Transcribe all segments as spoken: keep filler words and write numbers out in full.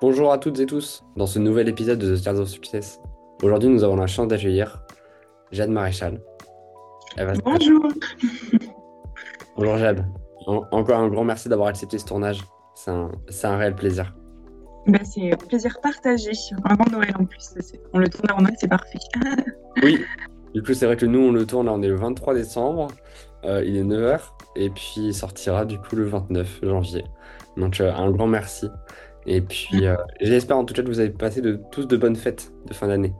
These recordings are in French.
Bonjour à toutes et tous dans ce nouvel épisode de The Stars of Success. Aujourd'hui, nous avons la chance d'accueillir Jade Maréchal. Elle va se présenter. Bonjour. Bonjour Jade. En- encore un grand merci d'avoir accepté ce tournage. C'est un, c'est un réel plaisir. Ben, c'est un plaisir partagé. Avant Noël en plus. C'est- On le tourne en Noël, c'est parfait. Oui, du coup, c'est vrai que nous, on le tourne, là, on est le vingt-trois décembre. Euh, il est neuf heures. Et puis, il sortira du coup le vingt-neuf janvier. Donc, euh, un grand merci. Et puis, euh, j'espère en tout cas que vous avez passé de, tous de bonnes fêtes de fin d'année.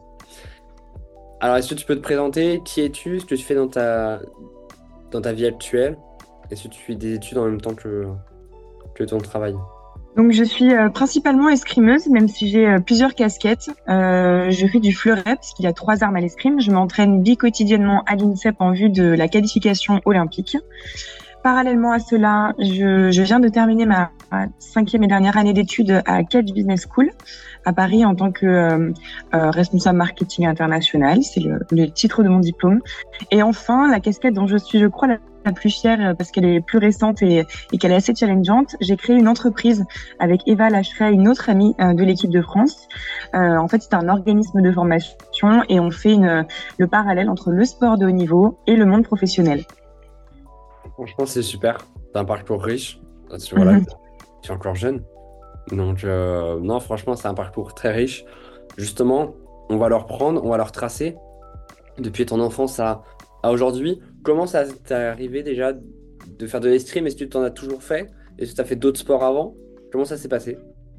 Alors, est-ce que tu peux te présenter? Qui es-tu? Ce que tu fais dans ta, dans ta vie actuelle? Est-ce que tu fais des études en même temps que, que ton travail? Donc, je suis euh, principalement escrimeuse, même si j'ai euh, plusieurs casquettes. Euh, je fais du fleuret, parce qu'il y a trois armes à l'escrime. Je m'entraîne bi-quotidiennement à l'INSEP en vue de la qualification olympique. Parallèlement à cela, je, je viens de terminer ma ma cinquième et dernière année d'études à Catch Business School à Paris en tant que euh, euh, responsable marketing international. C'est le, le titre de mon diplôme. Et enfin, la casquette dont je suis, je crois, la, la plus fière euh, parce qu'elle est plus récente et, et qu'elle est assez challengeante. J'ai créé une entreprise avec Eva Lacheret, une autre amie euh, de l'équipe de France. Euh, en fait, c'est un organisme de formation et on fait une, le parallèle entre le sport de haut niveau et le monde professionnel. Franchement, c'est super. T'as un parcours riche. Parce que voilà, tu es encore jeune. Donc, euh, non, franchement, c'est un parcours très riche. Justement, on va le reprendre, on va le retracer depuis ton enfance à, à aujourd'hui. Comment ça t'est arrivé déjà de faire de l'escrime? Est-ce que tu en as toujours fait? Est-ce que tu as fait d'autres sports avant? Comment ça s'est passé?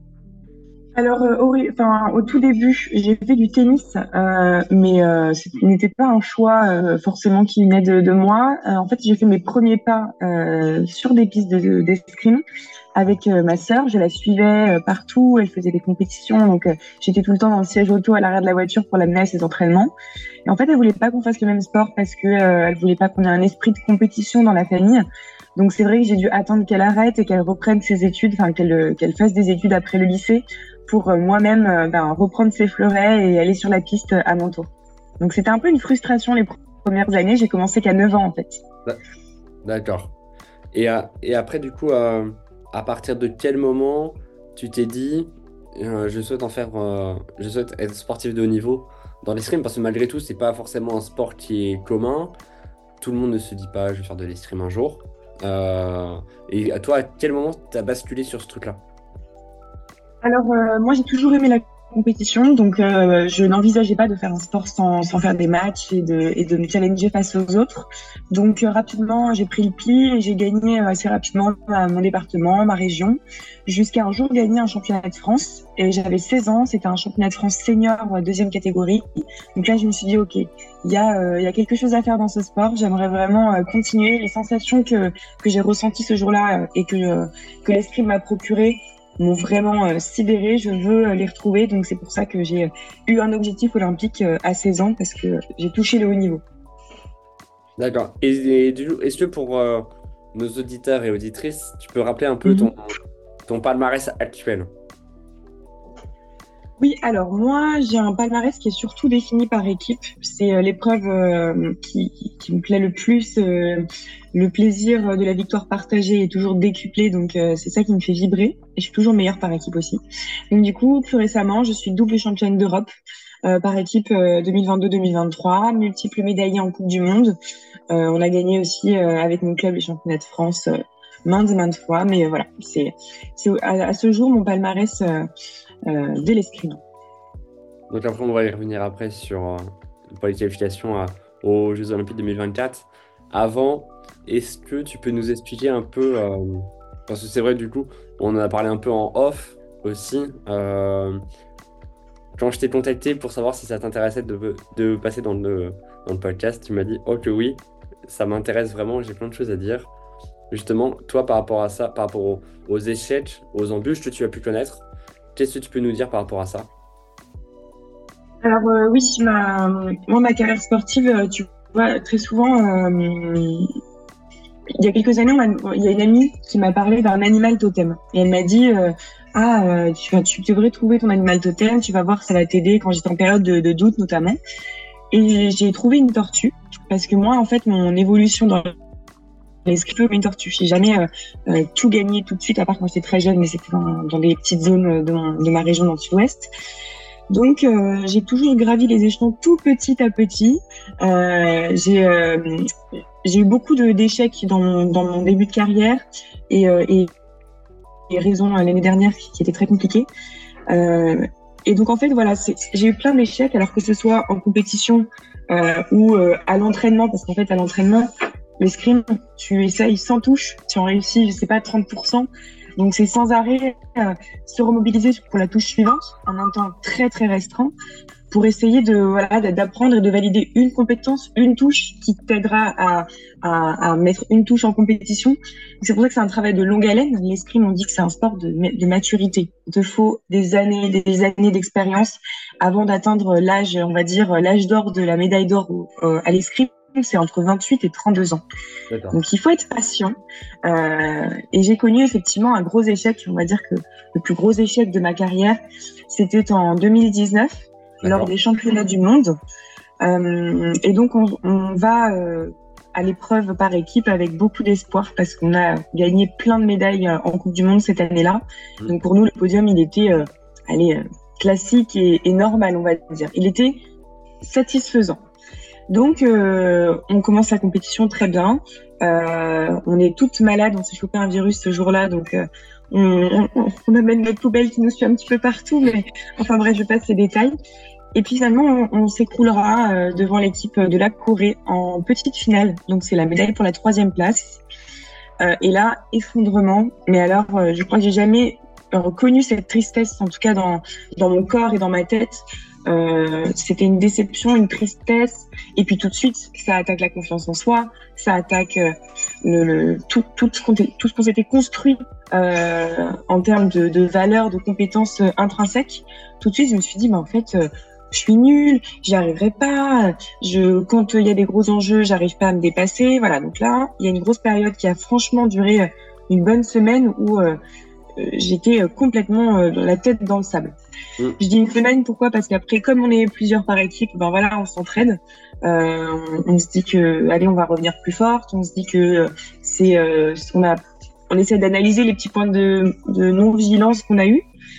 Alors, euh, au, enfin, au tout début, j'ai fait du tennis, euh, mais euh, ce n'était pas un choix euh, forcément qui venait de, de moi. Euh, en fait, j'ai fait mes premiers pas euh, sur des pistes de, de- d'escrime avec euh, ma sœur. Je la suivais euh, partout, elle faisait des compétitions, donc euh, j'étais tout le temps dans le siège auto à l'arrière de la voiture pour l'amener à ses entraînements. Et en fait, elle voulait pas qu'on fasse le même sport parce que euh, elle voulait pas qu'on ait un esprit de compétition dans la famille. Donc c'est vrai que j'ai dû attendre qu'elle arrête et qu'elle reprenne ses études, enfin qu'elle euh, qu'elle fasse des études après le lycée pour euh, moi-même euh, ben, reprendre ses fleurets et aller sur la piste euh, à mon tour. Donc c'était un peu une frustration les premières années. J'ai commencé qu'à neuf ans en fait. D'a- D'accord. Et, euh, et après, du coup, euh, à partir de quel moment tu t'es dit, euh, je souhaite en faire, euh, je souhaite être sportif de haut niveau dans l'escrime? Parce que malgré tout, c'est pas forcément un sport qui est commun. Tout le monde ne se dit pas, je vais faire de l'escrime un jour. Euh, et à toi, à quel moment tu as basculé sur ce truc-là? Alors euh, moi j'ai toujours aimé la compétition, donc euh, je n'envisageais pas de faire un sport sans, sans faire des matchs et de, et de me challenger face aux autres. Donc euh, rapidement j'ai pris le pli et j'ai gagné euh, assez rapidement euh, mon département, ma région, jusqu'à un jour gagner un championnat de France. Et j'avais seize ans, c'était un championnat de France senior euh, deuxième catégorie. Donc là je me suis dit ok, il y a, euh, il y a quelque chose à faire dans ce sport, j'aimerais vraiment euh, continuer. Les sensations que, que j'ai ressenties ce jour-là euh, et que, euh, que l'escrime m'a procuré m'ont vraiment euh, sidérée. Je veux euh, les retrouver. Donc, c'est pour ça que j'ai euh, eu un objectif olympique euh, à seize ans parce que j'ai touché le haut niveau. D'accord. Et, et du coup, est-ce que pour euh, nos auditeurs et auditrices, tu peux rappeler un peu ton, Mhm. ton palmarès actuel? Oui, alors moi, j'ai un palmarès qui est surtout défini par équipe. C'est euh, l'épreuve euh, qui, qui, qui me plaît le plus. Euh, le plaisir de la victoire partagée est toujours décuplé, donc euh, c'est ça qui me fait vibrer. Et je suis toujours meilleure par équipe aussi. Donc du coup, plus récemment, je suis double championne d'Europe euh, par équipe euh, deux mille vingt-deux deux mille vingt-trois, multiple médaillée en Coupe du Monde. Euh, on a gagné aussi euh, avec mon club les championnats de France euh, maintes et maintes fois. Mais euh, voilà, c'est, c'est à, à ce jour mon palmarès euh, euh, de l'escrime. Donc après, on va y revenir après sur euh, pour les qualifications à- aux Jeux Olympiques deux mille vingt-quatre. Avant, est-ce que tu peux nous expliquer un peu, euh, parce que c'est vrai, du coup, on en a parlé un peu en off aussi, euh, quand je t'ai contacté pour savoir si ça t'intéressait de, de passer dans le, dans le podcast, tu m'as dit, oh que oui, ça m'intéresse vraiment, j'ai plein de choses à dire. Justement, toi, par rapport à ça, par rapport aux, aux échecs, aux embûches que tu as pu connaître, qu'est-ce que tu peux nous dire par rapport à ça? Alors euh, oui, ma, moi ma carrière sportive, euh, tu vois, très souvent, euh, il y a quelques années, on m'a- il y a une amie qui m'a parlé d'un animal totem. Et elle m'a dit, euh, ah, euh, tu, vas- tu devrais trouver ton animal totem, tu vas voir, ça va t'aider quand j'étais en période de, de doute notamment. Et j'ai j'ai trouvé une tortue, parce que moi, en fait, mon évolution dans l'escrime comme une tortue. J'ai jamais euh, euh, tout gagné tout de suite, à part quand j'étais très jeune, mais c'était dans, dans des petites zones de, mon, de ma région dans le sud-ouest. Donc, euh, j'ai toujours gravi les échelons tout petit à petit. Euh, j'ai, euh, j'ai eu beaucoup de, d'échecs dans mon, dans mon début de carrière et, euh, et, et raisons l'année dernière qui, qui étaient très compliquées. Euh, et donc, en fait, voilà, c'est, j'ai eu plein d'échecs, alors que ce soit en compétition euh, ou euh, à l'entraînement, parce qu'en fait, à l'entraînement, l'escrime, tu essayes sans touche, tu en réussis, je sais pas, trente pour cent. Donc, c'est sans arrêt euh, se remobiliser pour la touche suivante en un temps très, très restreint pour essayer de, voilà, d'apprendre et de valider une compétence, une touche qui t'aidera à, à, à mettre une touche en compétition. C'est pour ça que c'est un travail de longue haleine. L'escrime, on dit que c'est un sport de, de maturité. Il te faut des années, des années d'expérience avant d'atteindre l'âge, on va dire, l'âge d'or de la médaille d'or euh, à l'escrime. C'est entre vingt-huit et trente-deux ans. D'accord. Donc, il faut être patient. Euh, et j'ai connu effectivement un gros échec. On va dire que le plus gros échec de ma carrière, c'était en deux mille dix-neuf, D'accord. lors des championnats du monde. Euh, et donc, on, on va euh, à l'épreuve par équipe avec beaucoup d'espoir parce qu'on a gagné plein de médailles en Coupe du Monde cette année-là. Mmh. Donc, pour nous, le podium, il était euh, allez, euh, classique et, et normal, on va dire. Il était satisfaisant. Donc, euh, on commence la compétition très bien. Euh, on est toutes malades, on s'est chopé un virus ce jour-là, donc euh, on, on, on amène notre poubelle qui nous suit un petit peu partout, mais enfin bref, je passe les détails. Et puis finalement, on, on s'écroulera euh, devant l'équipe de la Corée en petite finale. Donc, c'est la médaille pour la troisième place. Euh, et là, effondrement. Mais alors, euh, je crois que j'ai jamais connu cette tristesse, en tout cas dans dans mon corps et dans ma tête. Euh, c'était une déception, une tristesse, et puis tout de suite, ça attaque la confiance en soi, ça attaque euh, le, le, tout, tout, ce qu'on, tout ce qu'on s'était construit euh, en termes de, de valeurs, de compétences euh, intrinsèques. Tout de suite, je me suis dit, bah, en fait, euh, je suis nulle, j'y arriverai pas, je, quand il euh, y a des gros enjeux, j'arrive pas à me dépasser. Voilà, donc là, il y a une grosse période qui a franchement duré euh, une bonne semaine où euh, j'étais complètement euh, la tête dans le sable. Mmh. Je dis une semaine, pourquoi ? Parce qu'après, comme on est plusieurs par équipe, ben voilà, on s'entraide. Euh, on, on se dit que, allez, on va revenir plus forte. On se dit que c'est, euh, on a, on essaie d'analyser les petits points de, de non-vigilance qu'on a eu.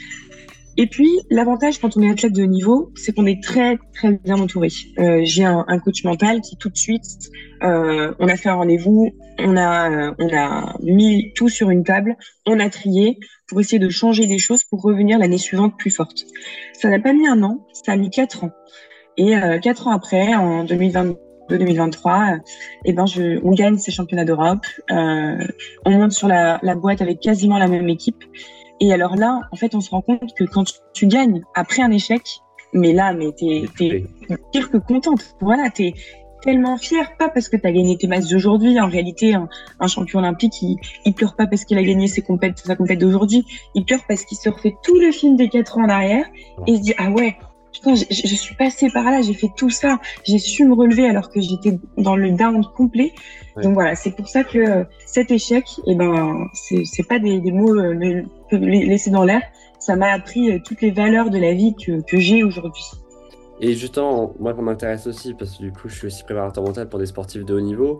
Et puis, l'avantage quand on est athlète de haut niveau, c'est qu'on est très, très bien entouré. Euh, j'ai un, un coach mental qui tout de suite, euh, on a fait un rendez-vous, on a, on a mis tout sur une table, on a trié pour essayer de changer des choses pour revenir l'année suivante plus forte. Ça n'a pas mis un an, ça a mis quatre ans. Et euh, quatre ans après, en deux mille vingt-deux deux mille vingt-trois, euh, eh ben je, on gagne ces championnats d'Europe, euh, on monte sur la, la boîte avec quasiment la même équipe. Et alors là, en fait, on se rend compte que quand tu, tu gagnes après un échec, mais là, mais t'es, t'es pire que contente. Voilà, t'es tellement fière, pas parce que t'as gagné tes matchs d'aujourd'hui. En réalité, un, un champion olympique, il, il pleure pas parce qu'il a gagné ses compètes, sa compète d'aujourd'hui. Il pleure parce qu'il se refait tout le film des quatre ans en arrière et il se dit, ah ouais, putain, je, je suis passée par là, j'ai fait tout ça, j'ai su me relever alors que j'étais dans le down complet. Ouais. Donc voilà, c'est pour ça que euh, cet échec, eh ben, c'est, c'est pas des, des mots euh, laissés dans l'air. Ça m'a appris euh, toutes les valeurs de la vie que, que j'ai aujourd'hui. Et justement, moi, ça m'intéresse aussi parce que du coup, je suis aussi préparateur mental pour des sportifs de haut niveau.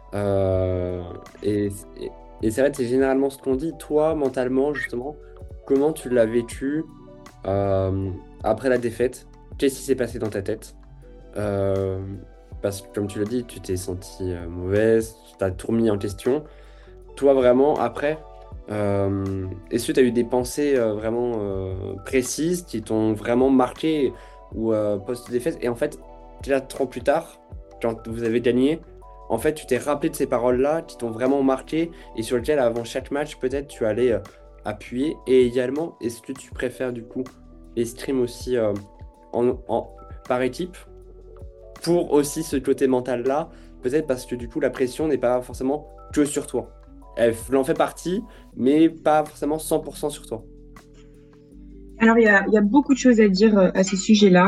Euh, et, et, et c'est vrai que c'est généralement ce qu'on dit. Toi, mentalement, justement, comment tu l'as vécu euh, après la défaite? Qu'est-ce qui s'est passé dans ta tête? euh, Parce que, comme tu l'as dit, tu t'es sentie euh, mauvaise, tu as tout remis en question. Toi, vraiment, après, euh, est-ce que tu as eu des pensées euh, vraiment euh, précises qui t'ont vraiment marqué ou euh, post-défaite? Et en fait, quatre ans plus tard, quand vous avez gagné, en fait, tu t'es rappelé de ces paroles-là qui t'ont vraiment marqué et sur lesquelles, avant chaque match, peut-être, tu allais euh, appuyer. Et également, est-ce que tu préfères, du coup, l'escrime aussi euh, en, en, par équipe pour aussi ce côté mental-là, peut-être parce que, du coup, la pression n'est pas forcément que sur toi. Elle en fait partie, mais pas forcément cent pour cent sur toi. Alors, il y a, il y a beaucoup de choses à dire à ce sujet-là.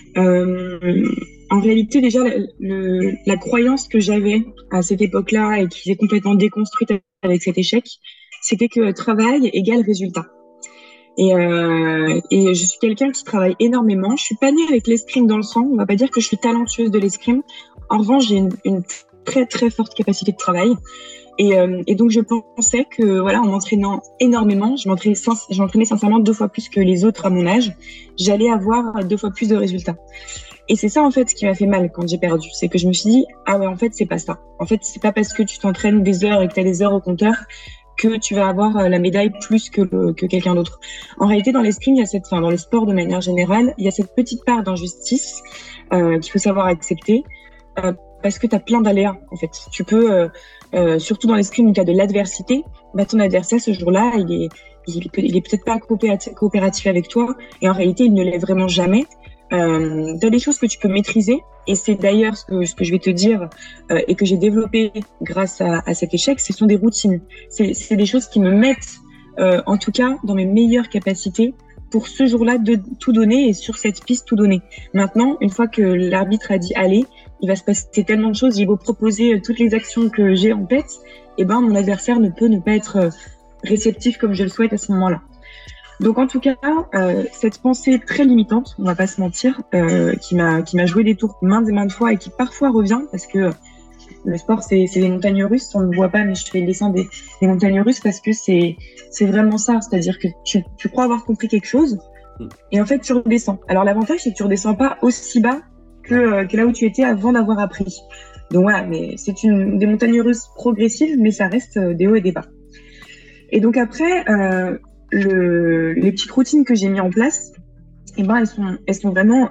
Euh, en réalité, déjà, le, le, la croyance que j'avais à cette époque-là et qui s'est complètement déconstruite avec cet échec, c'était que travail égale résultat. Et, euh, et je suis quelqu'un qui travaille énormément. Je suis pas née avec l'escrime dans le sang. On va pas dire que je suis talentueuse de l'escrime. En revanche, j'ai une, une très, très forte capacité de travail. Et, euh, et donc je pensais que voilà, en m'entraînant énormément, je m'entraînais, sin- je m'entraînais sincèrement deux fois plus que les autres à mon âge, j'allais avoir deux fois plus de résultats. Et c'est ça en fait ce qui m'a fait mal quand j'ai perdu, c'est que je me suis dit ah ouais en fait c'est pas ça. En fait c'est pas parce que tu t'entraînes des heures et que tu as des heures au compteur que tu vas avoir euh, la médaille plus que, le, que quelqu'un d'autre. En réalité, dans l'escrime, il y a cette, enfin, dans le sport de manière générale, il y a cette petite part d'injustice euh, qu'il faut savoir accepter euh, parce que tu as plein d'aléas, en fait. Tu peux, euh, euh, surtout dans l'escrime, où tu as de l'adversité, bah, ton adversaire, ce jour-là, il est, il, peut- il est peut-être pas coopératif, coopératif avec toi et en réalité, il ne l'est vraiment jamais. Euh, tu as des choses que tu peux maîtriser et c'est d'ailleurs ce que, ce que je vais te dire euh, et que j'ai développé grâce à, à cet échec, ce sont des routines. C'est, c'est des choses qui me mettent, euh, en tout cas, dans mes meilleures capacités pour ce jour-là de tout donner et sur cette piste tout donner. Maintenant, une fois que l'arbitre a dit allez, il va se passer tellement de choses, il va proposer euh, toutes les actions que j'ai en tête, et ben mon adversaire ne peut ne pas être euh, réceptif comme je le souhaite à ce moment-là. Donc en tout cas, euh, cette pensée très limitante, on va pas se mentir, euh, qui m'a qui m'a joué des tours maintes et maintes fois et qui parfois revient parce que le sport c'est c'est des montagnes russes, on ne voit pas mais je fais le dessin des, des montagnes russes parce que c'est c'est vraiment ça, c'est-à-dire que tu tu crois avoir compris quelque chose et en fait tu redescends. Alors l'avantage c'est que tu redescends pas aussi bas que euh, que là où tu étais avant d'avoir appris. Donc voilà, mais c'est une des montagnes russes progressives mais ça reste euh, des hauts et des bas. Et donc après euh, le, les petites routines que j'ai mis en place, eh ben elles sont, elles sont vraiment,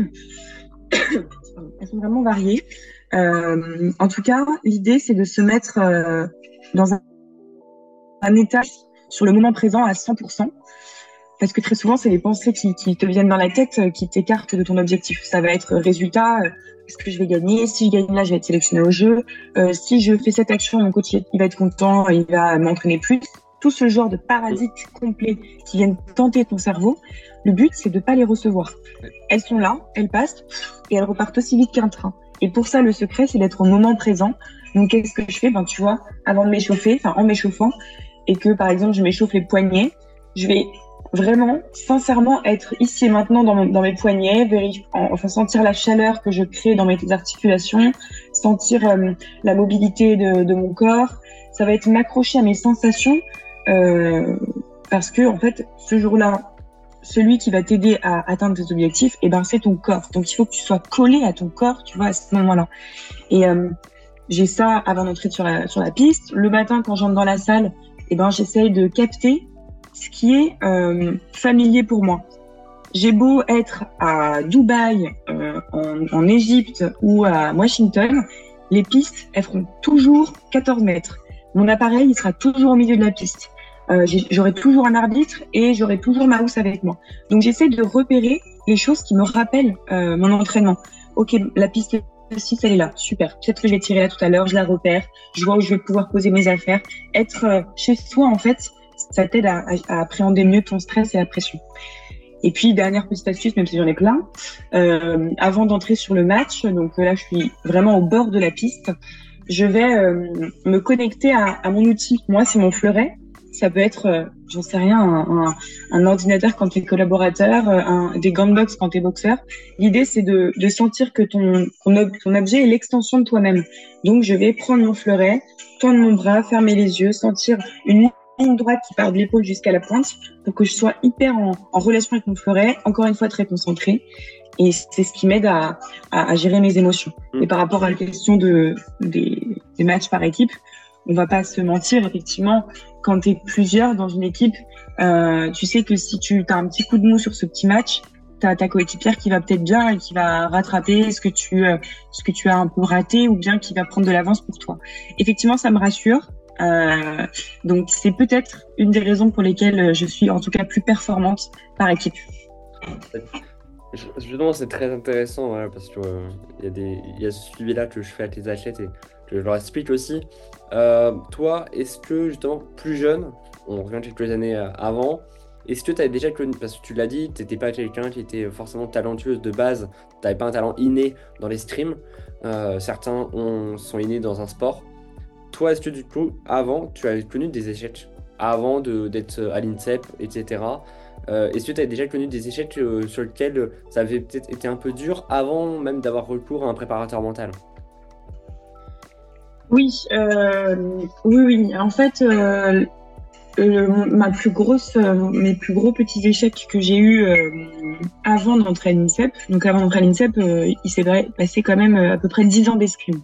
elles sont vraiment variées. Euh, en tout cas, l'idée c'est de se mettre euh, dans un, un état sur le moment présent à cent pour cent. Parce que très souvent, c'est les pensées qui, qui te viennent dans la tête euh, qui t'écartent de ton objectif. Ça va être résultat, euh, est-ce que je vais gagner? Si je gagne là, je vais être sélectionné au jeu. Euh, si je fais cette action, mon coach il va être content, il va m'entraîner plus. Tout ce genre de parasites complets qui viennent tenter ton cerveau, le but, c'est de pas les recevoir. Elles sont là, elles passent et elles repartent aussi vite qu'un train. Et pour ça, le secret, c'est d'être au moment présent. Donc, qu'est-ce que je fais? Ben, tu vois, avant de m'échauffer, enfin, en m'échauffant, et que, par exemple, je m'échauffe les poignets, je vais vraiment, sincèrement, être ici et maintenant dans, mon, dans mes poignets, vérifier, enfin, sentir la chaleur que je crée dans mes articulations, sentir euh, la mobilité de, de mon corps. Ça va être m'accrocher à mes sensations euh, parce que, en fait, ce jour-là, celui qui va t'aider à atteindre tes objectifs, eh ben, c'est ton corps. Donc, il faut que tu sois collé à ton corps, tu vois, à ce moment-là. Et euh, j'ai ça avant d'entrer sur la, sur la piste. Le matin, quand j'entre dans la salle, eh ben, j'essaye de capter ce qui est euh, familier pour moi. J'ai beau être à Dubaï, euh, en, en Égypte ou à Washington, les pistes, elles feront toujours quatorze mètres. Mon appareil, il sera toujours au milieu de la piste. Euh, j'aurai toujours un arbitre et j'aurai toujours ma housse avec moi. Donc, j'essaie de repérer les choses qui me rappellent euh, mon entraînement. Ok, la piste six, elle est là, super. Peut-être que je vais tirer là tout à l'heure, je la repère, je vois où je vais pouvoir poser mes affaires. Être euh, chez soi, en fait, ça t'aide à, à appréhender mieux ton stress et la pression. Et puis, dernière petite astuce, même si j'en ai plein, euh, avant d'entrer sur le match, donc là, je suis vraiment au bord de la piste, je vais euh, me connecter à, à mon outil. Moi, c'est mon fleuret. Ça peut être, euh, j'en sais rien, un, un, un ordinateur quand tu es collaborateur, un, des gants de boxe quand tu es boxeur. L'idée, c'est de, de sentir que ton, ton, ob- ton objet est l'extension de toi-même. Donc, je vais prendre mon fleuret, tendre mon bras, fermer les yeux, sentir une ligne droite qui part de l'épaule jusqu'à la pointe pour que je sois hyper en, en relation avec mon fleuret, encore une fois très concentrée. Et c'est ce qui m'aide à, à, à gérer mes émotions. Mmh. Et par rapport à la question de, des, des matchs par équipe, on va pas se mentir, effectivement, quand tu es plusieurs dans une équipe, euh, tu sais que si tu as un petit coup de mou sur ce petit match, tu as ta coéquipière qui va peut-être bien et qui va rattraper ce que tu euh, ce que tu as un peu raté ou bien qui va prendre de l'avance pour toi. Effectivement, ça me rassure. Euh, donc, c'est peut-être une des raisons pour lesquelles je suis en tout cas plus performante par équipe. Justement, c'est très intéressant voilà, parce qu'il euh, y a des, il y a ce suivi-là que je fais avec les athlètes et que je leur explique aussi. Euh, toi, est-ce que justement plus jeune, on revient quelques années euh, avant, est-ce que tu avais déjà connu, parce que tu l'as dit, tu n'étais pas quelqu'un qui était forcément talentueuse de base, tu n'avais pas un talent inné dans l'escrime, euh, certains ont, sont innés dans un sport. Toi, est-ce que du coup, avant, tu as connu des échecs, avant de, d'être à l'INSEP, et cetera. Euh, est-ce que tu as déjà connu des échecs euh, sur lesquels euh, ça avait peut-être été un peu dur avant même d'avoir recours à un préparateur mental? Oui, euh, oui, oui. En fait, euh, le- ma plus grosse, euh, mes plus gros petits échecs que j'ai eus euh, avant d'entrer à l'INSEP, donc avant d'entrer à l'INSEP, euh, il s'est vrai- passé quand même euh, à peu près dix ans d'escrime.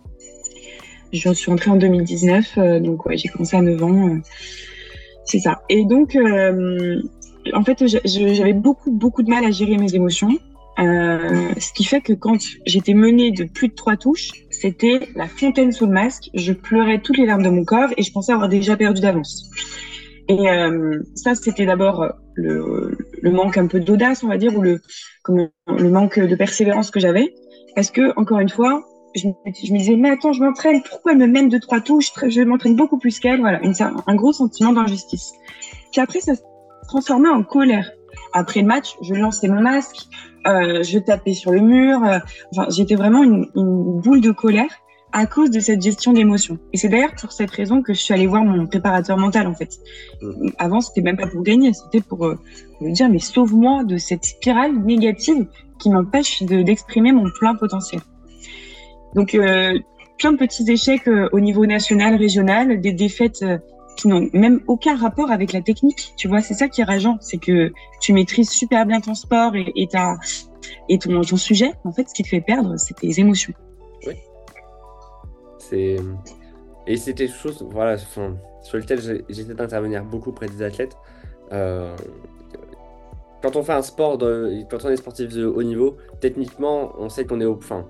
Je suis entrée en deux mille dix-neuf, euh, donc ouais, j'ai commencé à neuf ans, euh, c'est ça. Et donc, euh, en fait, j'a- j'avais beaucoup, beaucoup de mal à gérer mes émotions. Euh, ce qui fait que quand j'étais menée de plus de trois touches, c'était la fontaine sous le masque. Je pleurais toutes les larmes de mon corps et je pensais avoir déjà perdu d'avance. Et euh, ça, c'était d'abord le, le manque un peu d'audace, on va dire, ou le, comment, le manque de persévérance que j'avais. Parce que, encore une fois, je me, je me disais, mais attends, je m'entraîne, pourquoi elle me mène de trois touches? Je m'entraîne beaucoup plus qu'elle. Voilà, une, un gros sentiment d'injustice. Puis après, ça se transformait en colère. Après le match, je lançais mon masque, euh, je tapais sur le mur. Euh, enfin, j'étais vraiment une, une boule de colère à cause de cette gestion d'émotions. Et c'est d'ailleurs pour cette raison que je suis allée voir mon préparateur mental, en fait. Mm. Avant, c'était même pas pour gagner, c'était pour, euh, pour me dire, mais sauve-moi de cette spirale négative qui m'empêche de, d'exprimer mon plein potentiel. Donc, euh, plein de petits échecs euh, au niveau national, régional, des défaites euh, qui n'ont même aucun rapport avec la technique. Tu vois, c'est ça qui est rageant, c'est que tu maîtrises super bien ton sport et, et, ta, et ton, ton sujet. En fait, ce qui te fait perdre, c'est tes émotions. Oui. C'est... Et c'était quelque chose, voilà, enfin, sur lequel j'ai- j'essaie d'intervenir beaucoup près des athlètes. Euh, Quand on fait un sport, de, quand on est sportif de haut niveau, techniquement, on sait qu'on est au, enfin,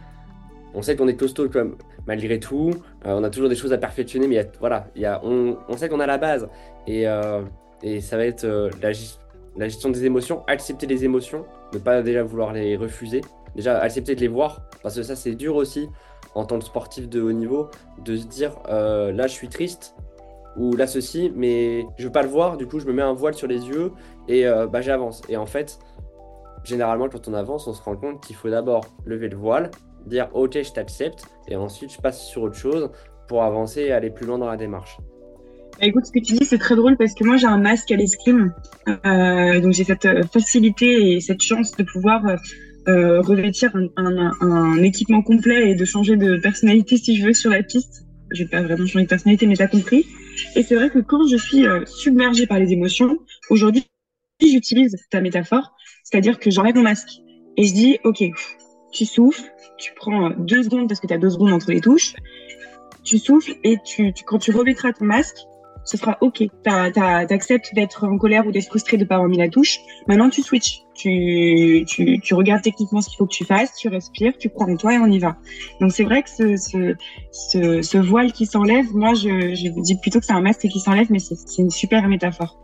on sait qu'on est costaud comme malgré tout. Euh, on a toujours des choses à perfectionner, mais il y a- voilà, il y a, on, on sait qu'on a la base. Et, euh, et ça va être euh, la, gest- la gestion des émotions, accepter les émotions, ne pas déjà vouloir les refuser. Déjà, accepter de les voir, parce que ça, c'est dur aussi, en tant que sportif de haut niveau, de se dire, euh, là, je suis triste, ou là, ceci, mais je veux pas le voir, du coup, je me mets un voile sur les yeux, et euh, bah, j'avance. Et en fait, généralement, quand on avance, on se rend compte qu'il faut d'abord lever le voile, dire ok, je t'accepte, et ensuite je passe sur autre chose pour avancer et aller plus loin dans la démarche. Bah, écoute, ce que tu dis, c'est très drôle parce que moi, j'ai un masque à l'escrime. Euh, donc, j'ai cette euh, facilité et cette chance de pouvoir euh, euh, revêtir un, un, un équipement complet et de changer de personnalité si je veux sur la piste. Je vais pas vraiment changer de personnalité, mais t'as compris. Et c'est vrai que quand je suis euh, submergée par les émotions, aujourd'hui, j'utilise ta métaphore, c'est-à-dire que j'enlève mon masque et je dis, OK, tu souffles, tu prends euh, deux secondes parce que tu as deux secondes entre les touches, tu souffles et tu, tu, quand tu revêtras ton masque, ce sera OK. T'as, t'as, t'acceptes d'être en colère ou d'être frustré de pas avoir mis la touche. Maintenant, tu switches. Tu, tu, tu regardes techniquement ce qu'il faut que tu fasses, tu respires, tu crois en toi et on y va. Donc, c'est vrai que ce, ce, ce, ce voile qui s'enlève, moi, je, je dis plutôt que c'est un masque qui s'enlève, mais c'est, c'est une super métaphore.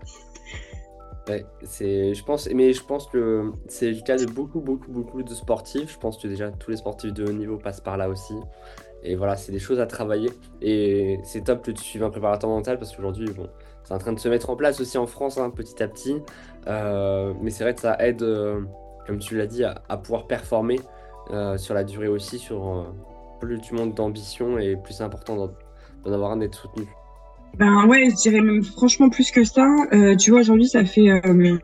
Ouais, c'est, je pense, mais je pense que c'est le cas de beaucoup, beaucoup, beaucoup de sportifs. Je pense que déjà tous les sportifs de haut niveau passent par là aussi. Et voilà, c'est des choses à travailler. Et c'est top que tu suives un préparateur mental parce qu'aujourd'hui, bon, c'est en train de se mettre en place aussi en France, hein, petit à petit. Euh, mais c'est vrai que ça aide, euh, comme tu l'as dit, à, à pouvoir performer euh, sur la durée aussi. Sur, euh, plus tu montes d'ambition et plus c'est important d'en d'en avoir un d'être soutenu. Ben ouais, je dirais même franchement plus que ça. Euh, tu vois, aujourd'hui, ça fait, euh,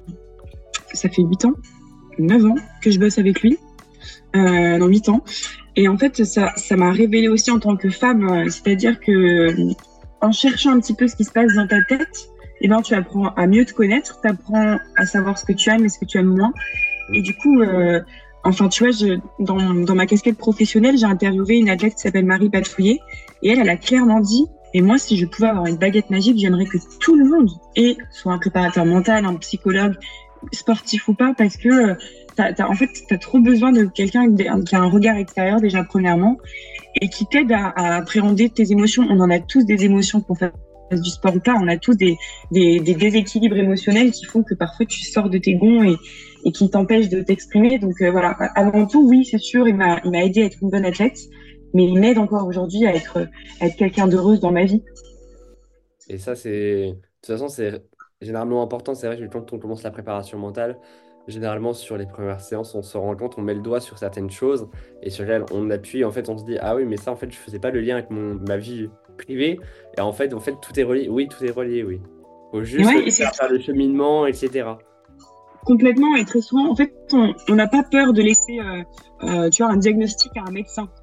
ça fait huit ans, neuf ans que je bosse avec lui. Euh, dans huit ans. Et en fait, ça, ça m'a révélé aussi en tant que femme, euh, c'est-à-dire que euh, en cherchant un petit peu ce qui se passe dans ta tête, eh ben, tu apprends à mieux te connaître, tu apprends à savoir ce que tu aimes et ce que tu aimes moins. Et du coup, euh, enfin, tu vois, je, dans, dans ma casquette professionnelle, j'ai interviewé une athlète qui s'appelle Marie Patrouillet et elle, elle a clairement dit, et moi, si je pouvais avoir une baguette magique, j'aimerais que tout le monde ait soit un préparateur mental, un psychologue, sportif ou pas, parce que euh, t'as, t'as, en fait, tu as trop besoin de quelqu'un qui a un regard extérieur déjà premièrement et qui t'aide à, à appréhender tes émotions. On en a tous des émotions qu'on fasse du sport ou pas. On a tous des, des, des déséquilibres émotionnels qui font que parfois tu sors de tes gonds et, et qui t'empêchent de t'exprimer. Donc euh, voilà, avant tout, oui, c'est sûr, il m'a, il m'a aidé à être une bonne athlète, mais il m'aide encore aujourd'hui à être, à être quelqu'un d'heureuse dans ma vie. Et ça, c'est. De toute façon, c'est généralement important. C'est vrai que quand on commence la préparation mentale, généralement sur les premières séances, on se rend compte, on met le doigt sur certaines choses et sur lesquelles on appuie. En fait, on se dit, ah oui, mais ça, en fait, je faisais pas le lien avec mon, ma vie privée. Et en fait, en fait, tout est relié. Oui, tout est relié, oui. Faut juste Ouais, et c'est faire, faire le cheminement, et cetera. complètement et très souvent, en fait, on on n'a pas peur de laisser, euh, euh, tu vois, un diagnostic à un médecin.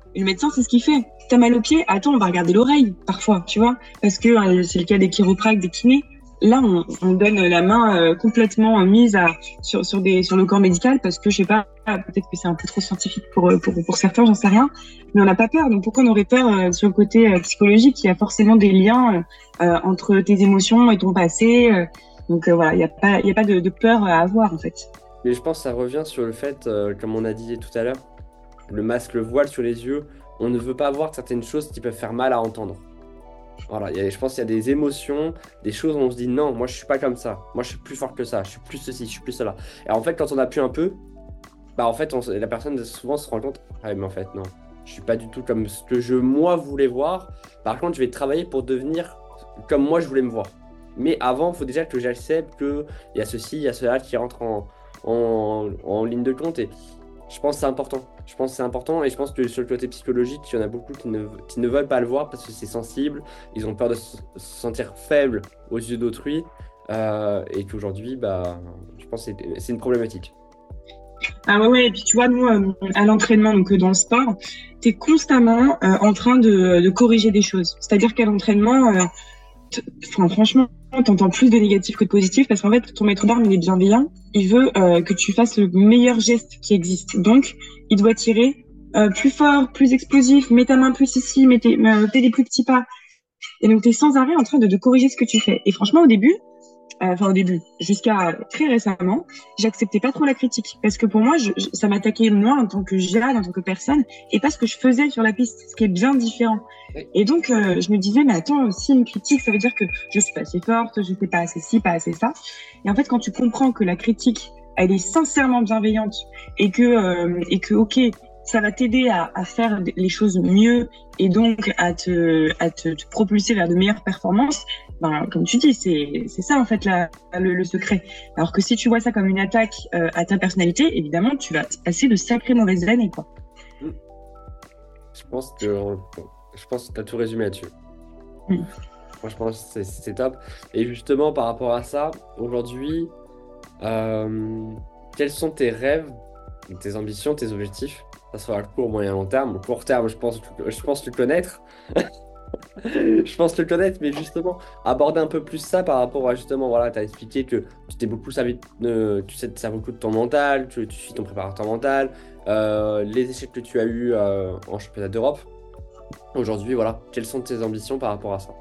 Et le médecin, c'est ce qu'il fait. T'as mal au pied? Attends, on va regarder l'oreille, parfois, tu vois. Parce que euh, c'est le cas des chiropractes, des kinés. Là, on, on donne la main euh, complètement euh, mise à, sur, sur, des, sur le corps médical parce que, je sais pas, peut-être que c'est un peu trop scientifique pour, pour, pour certains, j'en sais rien. Mais on n'a pas peur. Donc, pourquoi on aurait peur euh, sur le côté euh, psychologique? Il y a forcément des liens euh, entre tes émotions et ton passé. Euh, donc, euh, voilà, il n'y a pas, il y a pas de, de peur à avoir, en fait. Mais je pense que ça revient sur le fait, euh, comme on a dit tout à l'heure, le masque, le voile sur les yeux, on ne veut pas voir certaines choses qui peuvent faire mal à entendre. Voilà, il y a- je pense qu'il y a des émotions, des choses où on se dit non, moi je suis pas comme ça, moi je suis plus fort que ça, je suis plus ceci, je suis plus cela. Et en fait, quand on appuie un peu, bah en fait, on se- la personne souvent se rend compte, ah mais en fait non, je suis pas du tout comme ce que je moi voulais voir. Par contre, je vais travailler pour devenir comme moi je voulais me voir. Mais avant, il faut déjà que j'accepte qu'il y a ceci, il y a cela qui rentre en, en, en ligne de compte. Et je pense que c'est important. Je pense que c'est important et je pense que sur le côté psychologique, il y en a beaucoup qui ne, qui ne veulent pas le voir parce que c'est sensible. Ils ont peur de se se sentir faibles aux yeux d'autrui. Euh, et qu'aujourd'hui, bah, je pense que c'est c'est une problématique. Ah ouais, ouais, et puis tu vois, nous, euh, à l'entraînement, donc euh, dans le sport, tu es constamment euh, en train de, de corriger des choses. C'est-à-dire qu'à l'entraînement, euh, t- enfin, franchement, t'entends plus de négatif que de positif parce qu'en fait, ton maître d'armes, il est bienveillant. Il veut euh, que tu fasses le meilleur geste qui existe. Donc, il doit tirer euh, plus fort, plus explosif, mets ta main plus ici, mets tes, euh, fais des plus petits pas. Et donc, tu es sans arrêt en train de, de corriger ce que tu fais. Et franchement, au début, euh, enfin au début, jusqu'à très récemment, j'acceptais pas trop la critique parce que pour moi, je, je- ça m'attaquait moi en tant que Jade, en tant que personne, et pas ce que je faisais sur la piste, ce qui est bien différent. Oui. Et donc, euh, je me disais, mais attends, si une critique, ça veut dire que je suis pas assez forte, je fais pas assez ci, pas assez ça. Et en fait, quand tu comprends que la critique, elle est sincèrement bienveillante et que, euh, et que, ok, ça va t'aider à, à faire les choses mieux et donc à te, à te, te propulser vers de meilleures performances. Ben, comme tu dis, c'est c'est ça en fait la, le, le secret. Alors que si tu vois ça comme une attaque euh, à ta personnalité, évidemment, tu vas passer de sacrées mauvaises années, quoi. Mm. Je pense que je pense que tu as tout résumé là-dessus. Mm. Franchement, c'est c'est top. Et justement, par rapport à ça, aujourd'hui, euh, quels sont tes rêves, tes ambitions, tes objectifs? Ça soit à court, moyen, long terme. Au court terme, je pense, je pense le connaître. Je pense le connaître, mais justement, aborder un peu plus ça par rapport à justement, voilà, tu as expliqué que tu t'es beaucoup servi, de- tu sais, te sers beaucoup de ton mental, tu, tu suis ton préparateur mental, euh, les échecs que tu as eus euh, en championnat d'Europe. Aujourd'hui, voilà, quelles sont tes ambitions par rapport à ça?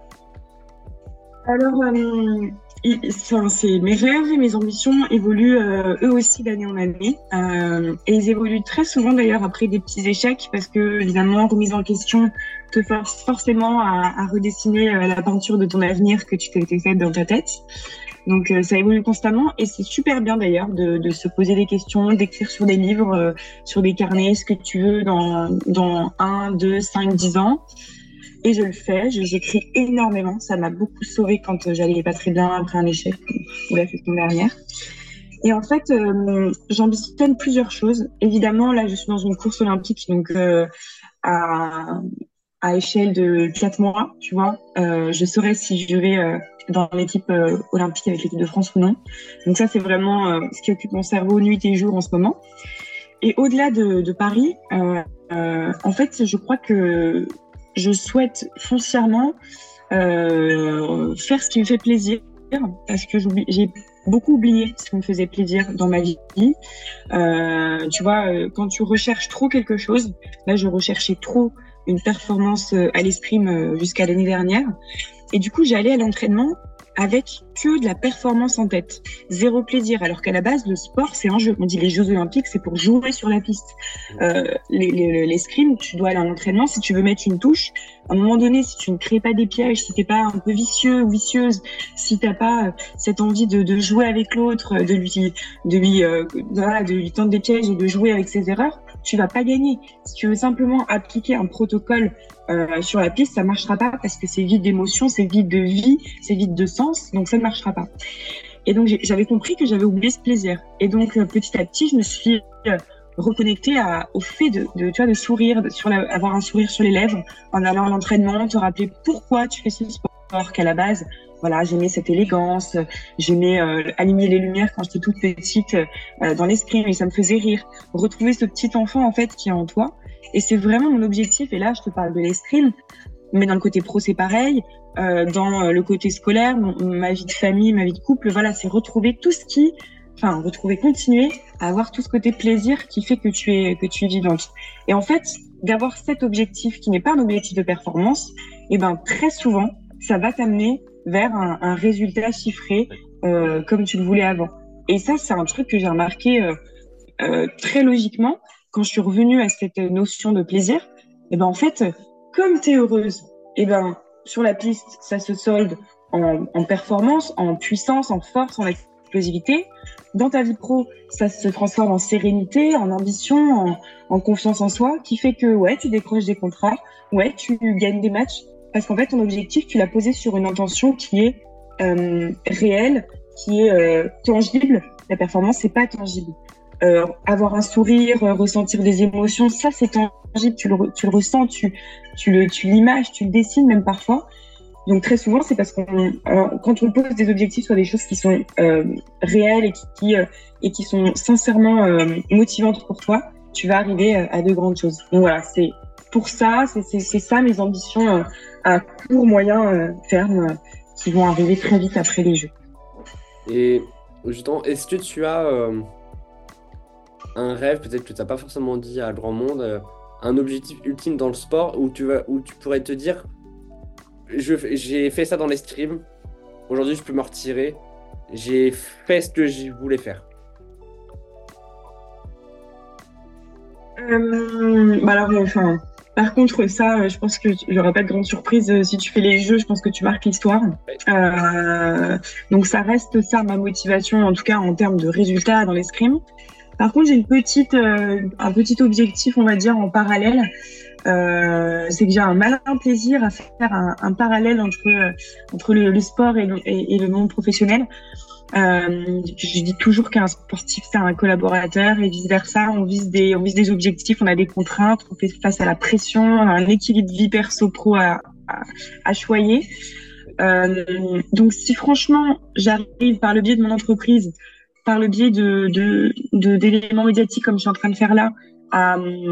Alors, euh, il- enfin, c'est mes rêves et mes ambitions évoluent euh, eux aussi d'année en année. Euh, et ils évoluent très souvent d'ailleurs après des petits échecs parce que évidemment, remise en question te force forcément à, à redessiner euh, la peinture de ton avenir que tu t'étais faite dans ta tête. Donc euh, ça évolue constamment et c'est super bien d'ailleurs de, de se poser des questions, d'écrire sur des livres, euh, sur des carnets, ce que tu veux dans, dans un, deux, cinq, dix ans. Et je le fais, je- j'écris énormément. Ça m'a beaucoup sauvée quand euh, j'allais pas très bien après un échec ou la saison dernière. Et en fait, euh, j'ambitionne plusieurs choses. Évidemment, là, je suis dans une course olympique, donc euh, à, à échelle de quatre mois, tu vois. Euh, je saurai si je vais euh, dans l'équipe euh, olympique avec l'équipe de France ou non. Donc ça, c'est vraiment euh, ce qui occupe mon cerveau nuit et jour en ce moment. Et au-delà de, de Paris, euh, euh, en fait, je crois que je souhaite foncièrement euh, faire ce qui me fait plaisir, parce que j'oublie- j'ai beaucoup oublié ce qui me faisait plaisir dans ma vie. Euh, tu vois, euh, quand tu recherches trop quelque chose, là, je recherchais trop une performance euh, à l'escrime euh, jusqu'à l'année dernière. Et du coup, j'allais à l'entraînement avec que de la performance en tête. Zéro plaisir. Alors qu'à la base, le sport, c'est un jeu. On dit les Jeux Olympiques, c'est pour jouer sur la piste. Euh, les, les, l'escrime, tu dois aller à l'entraînement si tu veux mettre une touche. À un moment donné, si tu ne crées pas des pièges, si t'es pas un peu vicieux ou vicieuse, si t'as pas euh, cette envie de, de jouer avec l'autre, de lui, de lui, euh, voilà, de lui tendre des pièges et de jouer avec ses erreurs, tu vas pas gagner. Si tu veux simplement appliquer un protocole euh, sur la piste, ça marchera pas parce que c'est vide d'émotion, c'est vide de vie, c'est vide de sens, donc ça ne marchera pas. Et donc j'ai- j'avais compris que j'avais oublié ce plaisir. Et donc euh, petit à petit, je me suis euh, reconnectée à, au fait de, de, tu vois, de sourire, de, sur la, avoir un sourire sur les lèvres en allant à l'entraînement, te rappeler pourquoi tu fais ce sport, qu'à la base, voilà, j'aimais cette élégance, j'aimais euh, aligner les lumières quand j'étais toute petite euh, dans l'escrime et ça me faisait rire. Retrouver ce petit enfant en fait qui est en toi Et c'est vraiment mon objectif. Et là, je te parle de l'escrime, mais dans le côté pro, c'est pareil. Euh, dans le côté scolaire, mon, ma vie de famille, ma vie de couple, voilà, c'est retrouver tout ce qui, enfin, retrouver, continuer à avoir tout ce côté plaisir qui fait que tu es, que tu es vivante. Et en fait, d'avoir cet objectif qui n'est pas un objectif de performance, et ben, très souvent, ça va t'amener vers un, un résultat chiffré, euh, comme tu le voulais avant. Et ça, c'est un truc que j'ai remarqué, euh, euh, très logiquement quand je suis revenue à cette notion de plaisir. Et ben, en fait, comme t'es heureuse, et ben, sur la piste, ça se solde en, en performance, en puissance, en force, en explosivité. Dans ta vie pro, ça se transforme en sérénité, en ambition, en, en confiance en soi, qui fait que ouais, tu décroches des contrats, ouais, tu gagnes des matchs, parce qu'en fait, ton objectif, tu l'as posé sur une intention qui est euh, réelle, qui est euh, tangible. La performance, c'est pas tangible. Euh, avoir un sourire, euh, ressentir des émotions, ça c'est tangible, tu le, tu le ressens, tu, tu le, tu l'images, tu le dessines même parfois. Donc très souvent, c'est parce qu'on, alors, quand on pose des objectifs sur des choses qui sont euh, réelles et qui, qui euh, et qui sont sincèrement euh, motivantes pour toi, tu vas arriver euh, à de grandes choses. Donc voilà, c'est pour ça, c'est, c'est, c'est ça mes ambitions euh, à court, moyen euh, terme euh, qui vont arriver très vite après les Jeux. Et justement, est-ce que tu as euh, un rêve, peut-être que tu n'as pas forcément dit à grand monde, euh, un objectif ultime dans le sport où tu, vas, où tu pourrais te dire je, j'ai fait ça dans l'escrime, aujourd'hui je peux me retirer, j'ai fait ce que je voulais faire. Euh, bah alors, enfin, par contre, ça, je pense que il y aura pas de grande surprise euh, si tu fais les Jeux. Je pense que tu marques l'histoire. Ouais. Euh, donc ça reste ça ma motivation, en tout cas en termes de résultats dans l'escrime. Par contre, j'ai une petite, euh, un petit objectif, on va dire, en parallèle. Euh, c'est que j'ai un malin plaisir à faire un, un parallèle entre euh, entre le, le sport et le, et, et le monde professionnel. Euh, je dis toujours qu'un sportif c'est un collaborateur et vice versa. On vise des on vise des objectifs, on a des contraintes, on fait face à la pression, on a un équilibre vie perso pro à à, à choyer. Euh, donc si franchement j'arrive par le biais de mon entreprise, par le biais de de, de d'éléments médiatiques comme je suis en train de faire là, à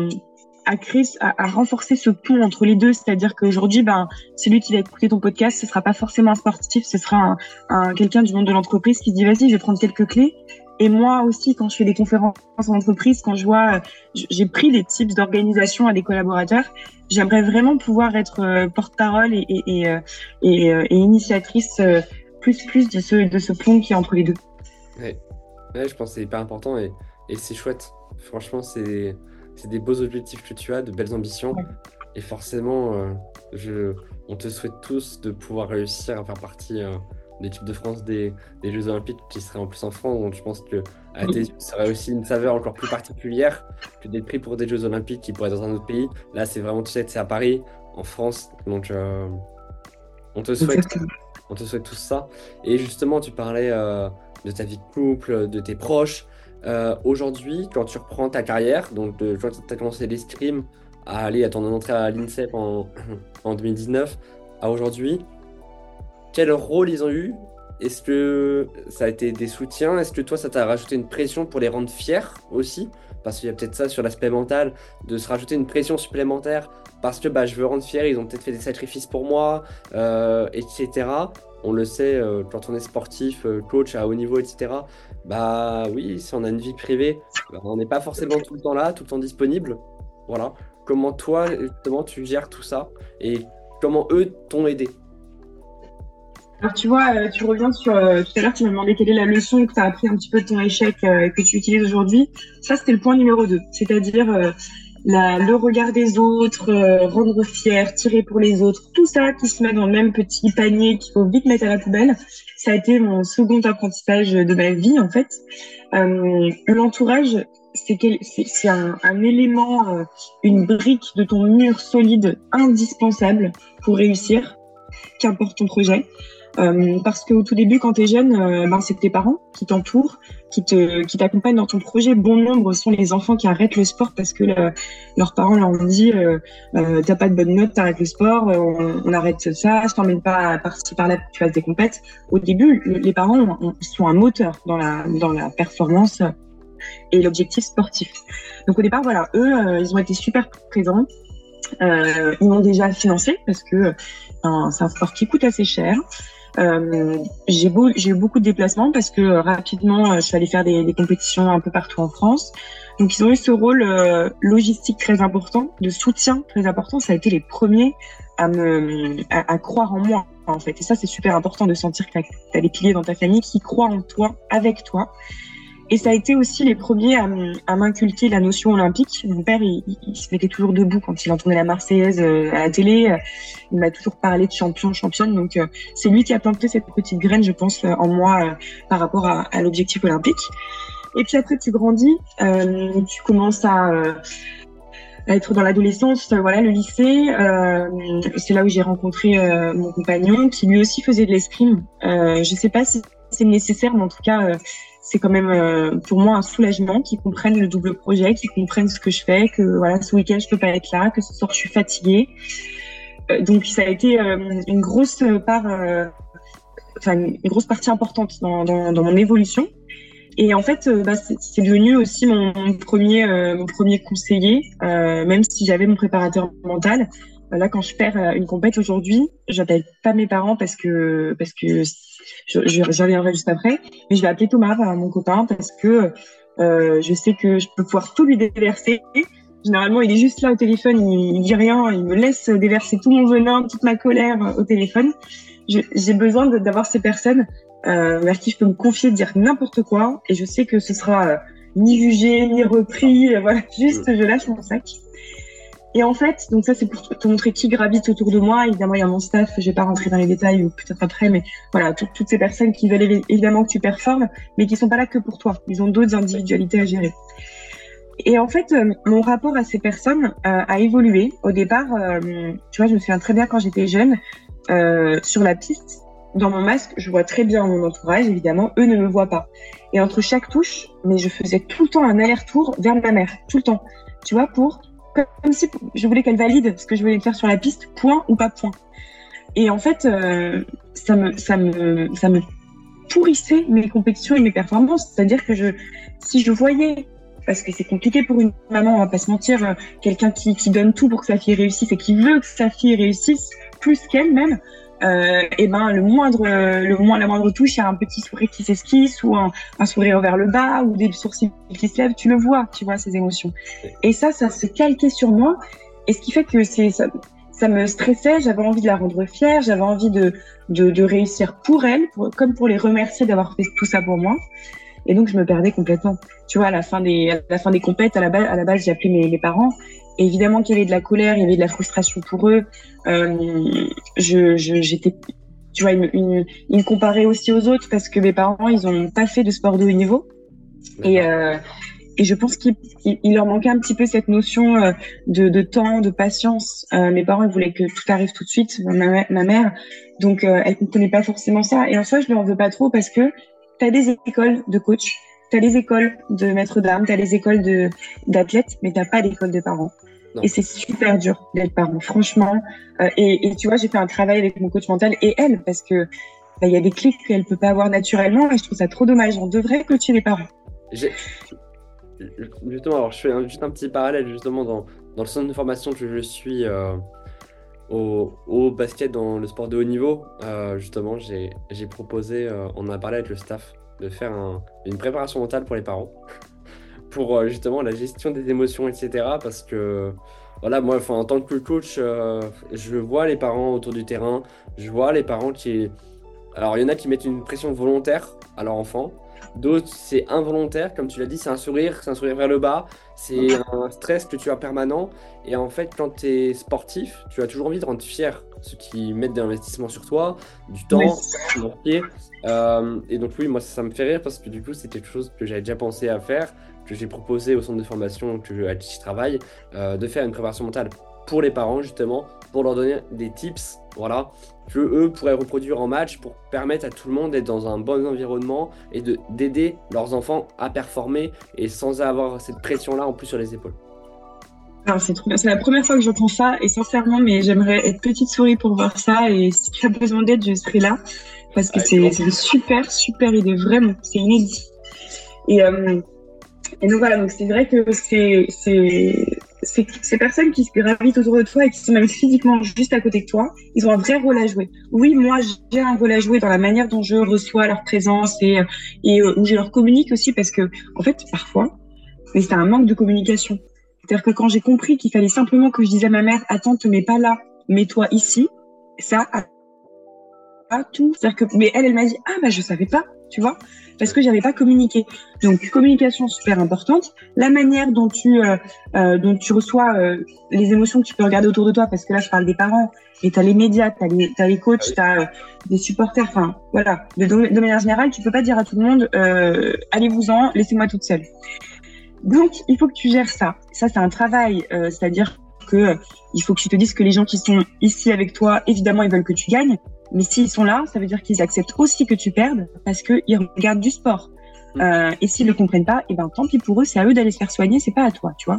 à créer, à, à renforcer ce pont entre les deux, c'est-à-dire qu'aujourd'hui, ben, celui qui va écouter ton podcast, ce sera pas forcément un sportif, ce sera un, un quelqu'un du monde de l'entreprise qui se dit vas-y, je vais prendre quelques clés. Et moi aussi, quand je fais des conférences en entreprise, quand je vois, j'ai pris des tips d'organisation à des collaborateurs, j'aimerais vraiment pouvoir être euh, porte-parole et, et, et, et, et, et initiatrice euh, plus plus de ce de ce pont qui est entre les deux. Ouais, ouais je pense que c'est hyper important et, et c'est chouette. Franchement, c'est C'est des beaux objectifs que tu as, de belles ambitions. Ouais. Et forcément, euh, je, on te souhaite tous de pouvoir réussir à faire partie euh, de l'équipe de France des, des Jeux Olympiques qui seraient en plus en France. Donc je pense que à tes yeux, ça aurait aussi une saveur encore plus particulière que d'être pris pour des Jeux Olympiques qui pourraient être dans un autre pays. Là, c'est vraiment, tu sais, c'est à Paris, en France. Donc euh, on te souhaite, on te souhaite tout ça. Et justement, tu parlais euh, de ta vie de couple, de tes proches. Euh, aujourd'hui, quand tu reprends ta carrière, donc de, quand tu as commencé l'escrime à aller à ton entrée à l'INSEP en, en deux mille dix-neuf à aujourd'hui, quel rôle ils ont eu? Est-ce que ça a été des soutiens? Est-ce que toi, ça t'a rajouté une pression pour les rendre fiers aussi? Parce qu'il y a peut-être ça sur l'aspect mental, de se rajouter une pression supplémentaire parce que bah, je veux rendre fier, ils ont peut-être fait des sacrifices pour moi, euh, et cetera. On le sait, euh, quand on est sportif, euh, coach à haut niveau, et cetera, bah oui, si on a une vie privée, bah, on n'est pas forcément tout le temps là, tout le temps disponible. Voilà. Comment toi, justement, tu gères tout ça et comment eux t'ont aidé? Alors tu vois, euh, tu reviens sur euh, tout à l'heure, tu m'as demandé quelle est la leçon que tu as appris un petit peu de ton échec euh, que tu utilises aujourd'hui. Ça, c'était le point numéro deux, c'est-à-dire euh, la, le regard des autres, euh, rendre fier, tirer pour les autres, tout ça qui se met dans le même petit panier qu'il faut vite mettre à la poubelle. Ça a été mon second apprentissage de ma vie en fait. Euh, l'entourage, c'est, quel, c'est, c'est un, un élément, euh, une brique de ton mur solide indispensable pour réussir, qu'importe ton projet. Euh, parce qu'au tout début, quand tu es jeune, euh, ben, c'est tes parents qui t'entourent, qui te, qui t'accompagnent dans ton projet. Bon nombre sont les enfants qui arrêtent le sport parce que le, leurs parents leur ont dit euh, euh, t'as pas de bonnes notes, t'arrêtes le sport, euh, on, on arrête ça, je t'emmène pas par-ci par-là pour que tu fasses des compètes. Au début, le, les parents ont, ont, sont un moteur dans la, dans la performance et l'objectif sportif. Donc au départ, voilà, eux, euh, ils ont été super présents. Euh, ils m'ont déjà financé parce que euh, c'est un sport qui coûte assez cher. Euh, j'ai, beau, j'ai eu beaucoup de déplacements parce que euh, rapidement, euh, je suis allée faire des, des compétitions un peu partout en France. Donc, ils ont eu ce rôle euh, logistique très important, de soutien très important. Ça a été les premiers à me à, à croire en moi, en fait. Et ça, c'est super important de sentir que tu as des piliers dans ta famille qui croient en toi, avec toi. Et ça a été aussi les premiers à, à m'inculquer la notion olympique. Mon père, il, il se mettait toujours debout quand il entendait la Marseillaise euh, à la télé. Il m'a toujours parlé de champion, championne. Donc, euh, c'est lui qui a planté cette petite graine, je pense, euh, en moi euh, par rapport à, à l'objectif olympique. Et puis après, tu grandis, euh, tu commences à, euh, à être dans l'adolescence, euh, voilà, le lycée. Euh, c'est là où j'ai rencontré euh, mon compagnon, qui lui aussi faisait de l'escrime. Euh, je sais pas si c'est nécessaire, mais en tout cas, euh, c'est quand même euh, pour moi un soulagement qu'ils comprennent le double projet, qu'ils comprennent ce que je fais, que voilà, ce week-end je peux pas être là, que ce soir je suis fatiguée. Euh, donc ça a été euh, une grosse part, euh, enfin une grosse partie importante dans, dans, dans mon évolution. Et en fait, euh, bah, c'est, c'est devenu aussi mon, mon premier, euh, mon premier conseiller, euh, même si j'avais mon préparateur mental. Là, quand je perds une compète aujourd'hui, j'appelle pas mes parents parce que parce que je, je, j'y reviendrai juste après, mais je vais appeler Thomas, mon copain, parce que euh, je sais que je peux pouvoir tout lui déverser. Généralement, il est juste là au téléphone, il, il dit rien, il me laisse déverser tout mon venin, toute ma colère au téléphone. Je, j'ai besoin de, d'avoir ces personnes euh, vers qui je peux me confier, dire n'importe quoi, et je sais que ce sera euh, ni jugé, ni repris. Euh, voilà, juste je lâche mon sac. Et en fait, donc ça c'est pour te montrer qui gravite autour de moi. Évidemment, il y a mon staff, je vais pas rentrer dans les détails ou peut-être après, mais voilà, tout, toutes ces personnes qui veulent évidemment que tu performes, mais qui sont pas là que pour toi. Ils ont d'autres individualités à gérer. Et en fait, euh, mon rapport à ces personnes euh, a évolué. Au départ, euh, tu vois, je me souviens très bien quand j'étais jeune, euh, sur la piste, dans mon masque, je vois très bien mon entourage, évidemment, eux ne me voient pas. Et entre chaque touche, mais je faisais tout le temps un aller-retour vers ma mère, tout le temps. Tu vois, pour comme si je voulais qu'elle valide ce que je voulais faire sur la piste, point ou pas point. Et en fait, euh, ça me, ça me, ça me pourrissait mes compétitions et mes performances. C'est-à-dire que je, si je voyais, parce que c'est compliqué pour une maman, on va pas se mentir, quelqu'un qui, qui donne tout pour que sa fille réussisse et qui veut que sa fille réussisse plus qu'elle même, euh, et ben le moindre, le moins, la moindre touche, il y a un petit sourire qui s'esquisse ou un, un sourire vers le bas ou des sourcils qui se lèvent, tu le vois, tu vois ces émotions. Et ça, ça se calquait sur moi, et ce qui fait que c'est ça, ça me stressait. J'avais envie de la rendre fière, j'avais envie de de, de réussir pour elle, pour, comme pour les remercier d'avoir fait tout ça pour moi. Et donc je me perdais complètement. Tu vois, à la fin des, à la fin des compètes, à la base, à la base, j'ai appelé mes, mes parents. Et évidemment qu'il y avait de la colère, il y avait de la frustration pour eux. Euh, je, je, j'étais, tu vois, ils me, ils, ils me comparaient aussi aux autres parce que mes parents, ils ont pas fait de sport de haut niveau. Et, euh, et je pense qu'il, il leur manquait un petit peu cette notion euh, de, de temps, de patience. Euh, mes parents, ils voulaient que tout arrive tout de suite, ma, ma mère. Donc, euh, elle comprenait pas forcément ça. Et en soi, je leur veux pas trop parce que t'as des écoles de coach, t'as les écoles de maître d'armes, t'as les écoles de d'athlètes, mais t'as pas d'école de parents. Non. Et c'est super dur d'être parent, franchement. Euh, et, et tu vois, j'ai fait un travail avec mon coach mental et elle, parce que bah, y a des clics qu'elle peut pas avoir naturellement, et je trouve ça trop dommage. On devrait coacher les parents. J'ai... Justement, alors je fais un, juste un petit parallèle justement dans, dans le centre de formation que je suis euh, au, au basket dans le sport de haut niveau. Euh, justement, j'ai, j'ai proposé, euh, on a parlé avec le staff, de faire un, une préparation mentale pour les parents. Pour euh, justement la gestion des émotions, et cetera. Parce que, voilà, moi, en tant que coach, euh, je vois les parents autour du terrain, je vois les parents qui... Alors, il y en a qui mettent une pression volontaire à leur enfant, d'autres, c'est involontaire, comme tu l'as dit, c'est un sourire, c'est un sourire vers le bas, c'est un stress que tu as permanent. Et en fait, quand tu es sportif, tu as toujours envie de rendre fier ceux qui mettent de l'investissement sur toi, du temps, oui. Leur pied. Euh, et donc, oui, moi, ça, ça me fait rire parce que du coup, c'est quelque chose que j'avais déjà pensé à faire, que j'ai proposé au centre de formation que je, à qui je travaille, euh, de faire une préparation mentale pour les parents, justement, pour leur donner des tips, voilà, que eux pourraient reproduire en match pour permettre à tout le monde d'être dans un bon environnement et de, d'aider leurs enfants à performer et sans avoir cette pression-là en plus sur les épaules. Alors, c'est trop bien. C'est la première fois que j'entends ça et sincèrement, mais j'aimerais être petite souris pour voir ça, et si tu as besoin d'aide, je serai là parce que ouais, c'est, c'est une super, super idée, vraiment, c'est inédit. Et, euh, Et donc voilà, donc c'est vrai que c'est, c'est, c'est, ces personnes qui gravitent autour de toi et qui sont même physiquement juste à côté de toi, ils ont un vrai rôle à jouer. Oui, moi, j'ai un rôle à jouer dans la manière dont je reçois leur présence et, et euh, où je leur communique aussi parce que, en fait, parfois, mais c'est un manque de communication. C'est-à-dire que quand j'ai compris qu'il fallait simplement que je dise à ma mère, attends, te mets pas là, mets-toi ici, ça a pas tout. C'est-à-dire que, mais elle, elle m'a dit, ah, bah, je savais pas, tu vois, parce que j'avais pas communiqué. Donc, communication super importante. La manière dont tu, euh, euh, dont tu reçois euh, les émotions que tu peux regarder autour de toi, parce que là, je parle des parents, mais t'as les médias, t'as les, t'as les coachs, t'as euh, des supporters, enfin, voilà. De, de manière générale, tu peux pas dire à tout le monde, euh, allez-vous-en, laissez-moi toute seule. Donc, il faut que tu gères ça. Ça, c'est un travail, euh, c'est-à-dire que euh, il faut que tu te dises que les gens qui sont ici avec toi, évidemment, ils veulent que tu gagnes. Mais s'ils sont là, ça veut dire qu'ils acceptent aussi que tu perdes parce qu'ils regardent du sport. Euh, et s'ils ne le comprennent pas, et ben tant pis pour eux, c'est à eux d'aller se faire soigner, c'est pas à toi, tu vois.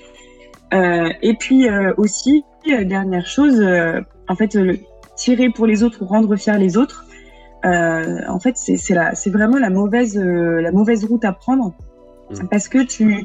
Euh, et puis euh, aussi, euh, dernière chose, euh, en fait, euh, tirer pour les autres ou rendre fiers les autres, euh, en fait, c'est, c'est, la, c'est vraiment la mauvaise, euh, la mauvaise route à prendre mmh. parce que tu,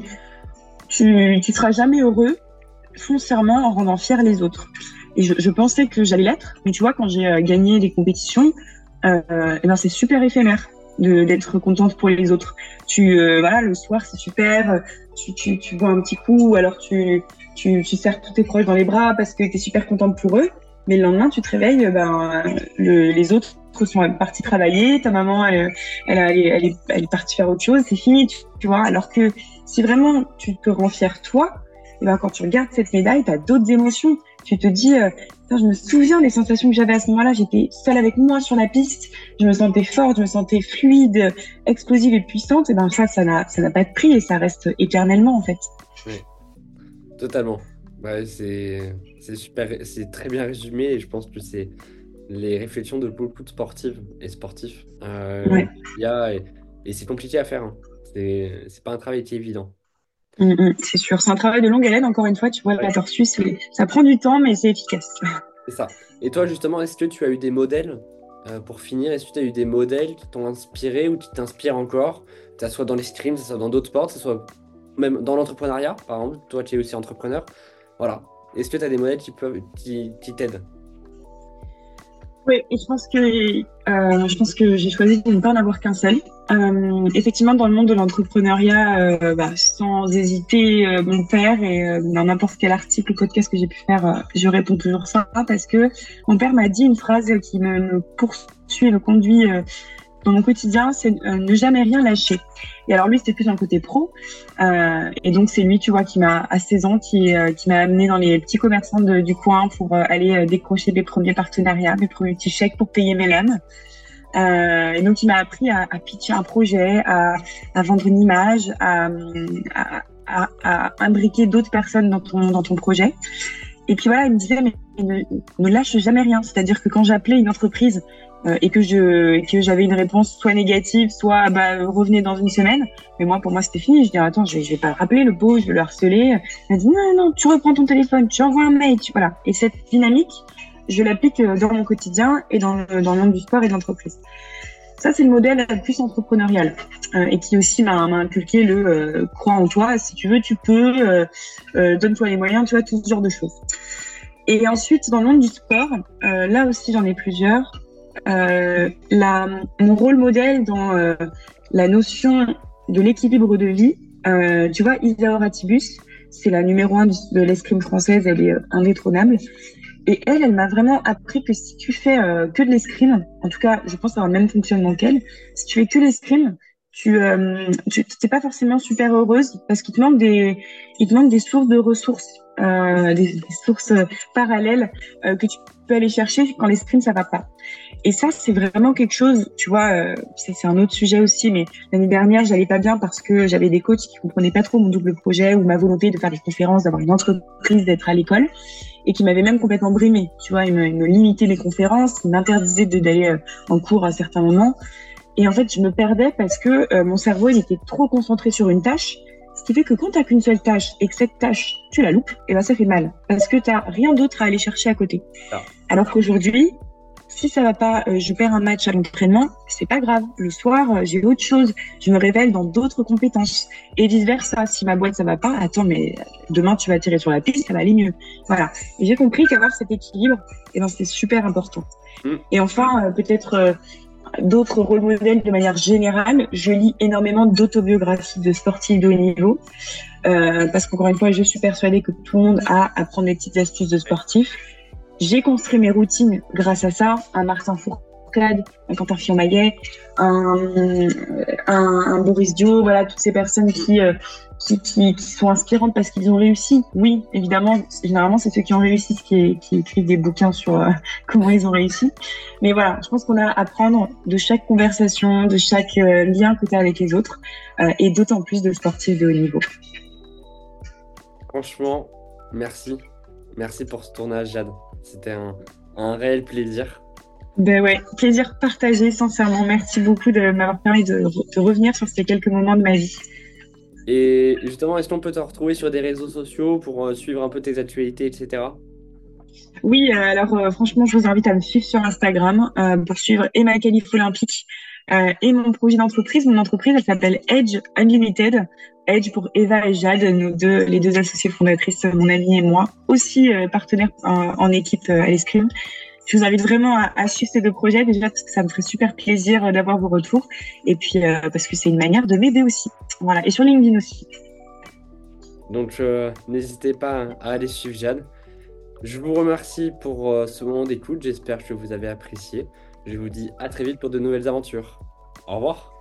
tu, tu seras jamais heureux foncièrement en rendant fiers les autres. Et je, je pensais que j'allais l'être, mais tu vois, quand j'ai euh, gagné des compétitions, euh, et ben c'est super éphémère de, d'être contente pour les autres. Tu, euh, voilà, le soir c'est super, tu, tu, tu bois un petit coup, ou alors tu, tu, tu serres tous tes proches dans les bras parce que t'es super contente pour eux, mais le lendemain tu te réveilles, ben le, les autres sont partis travailler, ta maman elle, elle, elle, est, elle, est, elle est partie faire autre chose, c'est fini, tu, tu vois. Alors que si vraiment tu te rends fier toi, et ben quand tu regardes cette médaille, t'as d'autres émotions. Tu te dis, euh, je me souviens des sensations que j'avais à ce moment-là. J'étais seule avec moi sur la piste. Je me sentais forte, je me sentais fluide, explosive et puissante. Et ben ça, ça n'a, ça n'a pas de prix et ça reste éternellement en fait. Oui, totalement. Ouais, c'est, c'est super, c'est très bien résumé et je pense que c'est les réflexions de beaucoup de sportives et sportifs. Euh, Ouais. Il y a, et, et c'est compliqué à faire. Hein. C'est, c'est pas un travail qui est évident. Mmh, mmh, c'est sûr, c'est un travail de longue haleine, encore une fois, tu vois, ouais. La tortue, c'est... ça prend du temps, mais c'est efficace. C'est ça. Et toi, justement, est-ce que tu as eu des modèles, euh, pour finir, est-ce que tu as eu des modèles qui t'ont inspiré ou qui t'inspirent encore, que ça soit dans l'escrime, que ça soit dans d'autres sports, que ça soit même dans l'entrepreneuriat, par exemple, toi tu es aussi entrepreneur, voilà. Est-ce que tu as des modèles qui, peuvent, qui, qui t'aident? Oui, et je pense que euh, je pense que j'ai choisi de ne pas en avoir qu'un seul. Euh, effectivement, dans le monde de l'entrepreneuriat, euh, bah, sans hésiter, euh, mon père et euh, dans n'importe quel article ou podcast que j'ai pu faire, euh, je réponds toujours ça parce que mon père m'a dit une phrase qui me, me poursuit et me conduit euh, dans mon quotidien, c'est euh, ne jamais rien lâcher. Et alors lui, c'était plus dans le côté pro. Euh, et donc, c'est lui, tu vois, qui m'a, à seize ans, qui, euh, qui m'a amené dans les petits commerçants de, du coin pour euh, aller euh, décrocher mes premiers partenariats, mes premiers petits chèques pour payer mes lames. Euh, et donc, il m'a appris à, à pitcher un projet, à, à vendre une image, à, à, à, à imbriquer d'autres personnes dans ton, dans ton projet. Et puis voilà, il me disait, mais ne, ne lâche jamais rien. C'est-à-dire que quand j'appelais une entreprise euh, et que je que j'avais une réponse soit négative, soit bah, revenez dans une semaine, mais moi, pour moi, c'était fini. Je dis, attends, je vais, je vais pas le rappeler, le beau, je vais le harceler. Il m'a dit, non, non, tu reprends ton téléphone, tu envoies un mail, tu... voilà. Et cette dynamique, je l'applique dans mon quotidien et dans le, dans le monde du sport et de l'entreprise. Ça, c'est le modèle plus entrepreneurial euh, et qui aussi m'a, m'a inculqué le euh, crois en toi, si tu veux, tu peux, euh, euh, donne-toi les moyens, tu vois, tout ce genre de choses. Et ensuite, dans le monde du sport, euh, là aussi, j'en ai plusieurs. Euh, la, mon rôle modèle dans euh, la notion de l'équilibre de vie, euh, tu vois, Isaura Ratibus, c'est la numéro un de l'escrime française, elle est euh, indétrônable. Et elle, elle m'a vraiment appris que si tu fais euh, que de l'escrime, en tout cas, je pense avoir le même fonctionnement qu'elle, si tu fais que l'escrime, tu euh, tu t'es pas forcément super heureuse parce qu'il te manque des il te manque des sources de ressources, euh, des, des sources parallèles euh, que tu peux aller chercher quand l'escrime ça va pas. Et ça, c'est vraiment quelque chose, tu vois, euh, c'est, c'est un autre sujet aussi, mais l'année dernière, j'allais pas bien parce que j'avais des coachs qui comprenaient pas trop mon double projet ou ma volonté de faire des conférences, d'avoir une entreprise, d'être à l'école, et qui m'avaient même complètement brimée. Tu vois, ils me, ils me limitaient les conférences, ils m'interdisaient de, d'aller euh, en cours à certains moments. Et en fait, je me perdais parce que euh, mon cerveau, il était trop concentré sur une tâche, ce qui fait que quand t'as qu'une seule tâche et que cette tâche, tu la loupes, et ben ça fait mal parce que t'as rien d'autre à aller chercher à côté. Ah. Alors qu'aujourd'hui, Si ça va pas, euh, je perds un match à l'entraînement, c'est pas grave. Le soir, euh, j'ai autre chose. Je me révèle dans d'autres compétences. Et vice versa. Si ma boîte ça va pas, attends, mais demain tu vas tirer sur la piste, ça va aller mieux. Voilà. Et j'ai compris qu'avoir cet équilibre, eh ben, c'est super important. Mm. Et enfin, euh, peut-être euh, d'autres rôles modèles de manière générale. Je lis énormément d'autobiographies de sportifs de haut niveau. Euh, parce qu'encore une fois, je suis persuadée que tout le monde a à prendre des petites astuces de sportifs. J'ai construit mes routines grâce à ça. Un Martin Fourcade, un Quentin Fillon-Maillet, un, un, un Boris Dio, voilà, toutes ces personnes qui, euh, qui, qui, qui sont inspirantes parce qu'ils ont réussi. Oui, évidemment, généralement, c'est ceux qui ont réussi qui, qui écrivent des bouquins sur euh, comment ils ont réussi. Mais voilà, je pense qu'on a à apprendre de chaque conversation, de chaque euh, lien que tu as avec les autres, euh, et d'autant plus de sportifs de haut niveau. Franchement, merci. Merci pour ce tournage, Jade. C'était un, un réel plaisir. Ben ouais, plaisir partagé, sincèrement. Merci beaucoup de m'avoir permis de, de revenir sur ces quelques moments de ma vie. Et justement, est-ce qu'on peut te retrouver sur des réseaux sociaux pour euh, suivre un peu tes actualités, et cetera. Oui, euh, alors euh, franchement, je vous invite à me suivre sur Instagram euh, pour suivre et ma qualif olympique euh, et mon projet d'entreprise. Mon entreprise, elle s'appelle Edge Unlimited. Edge pour Eva et Jade, nous deux, les deux associées fondatrices, mon amie et moi, aussi euh, partenaires en, en équipe euh, à l'escrime. Je vous invite vraiment à, à suivre ces deux projets, déjà parce que ça me ferait super plaisir euh, d'avoir vos retours, et puis euh, parce que c'est une manière de m'aider aussi. Voilà, et sur LinkedIn aussi. Donc, euh, n'hésitez pas à aller suivre Jade. Je vous remercie pour euh, ce moment d'écoute. J'espère que vous avez apprécié. Je vous dis à très vite pour de nouvelles aventures. Au revoir.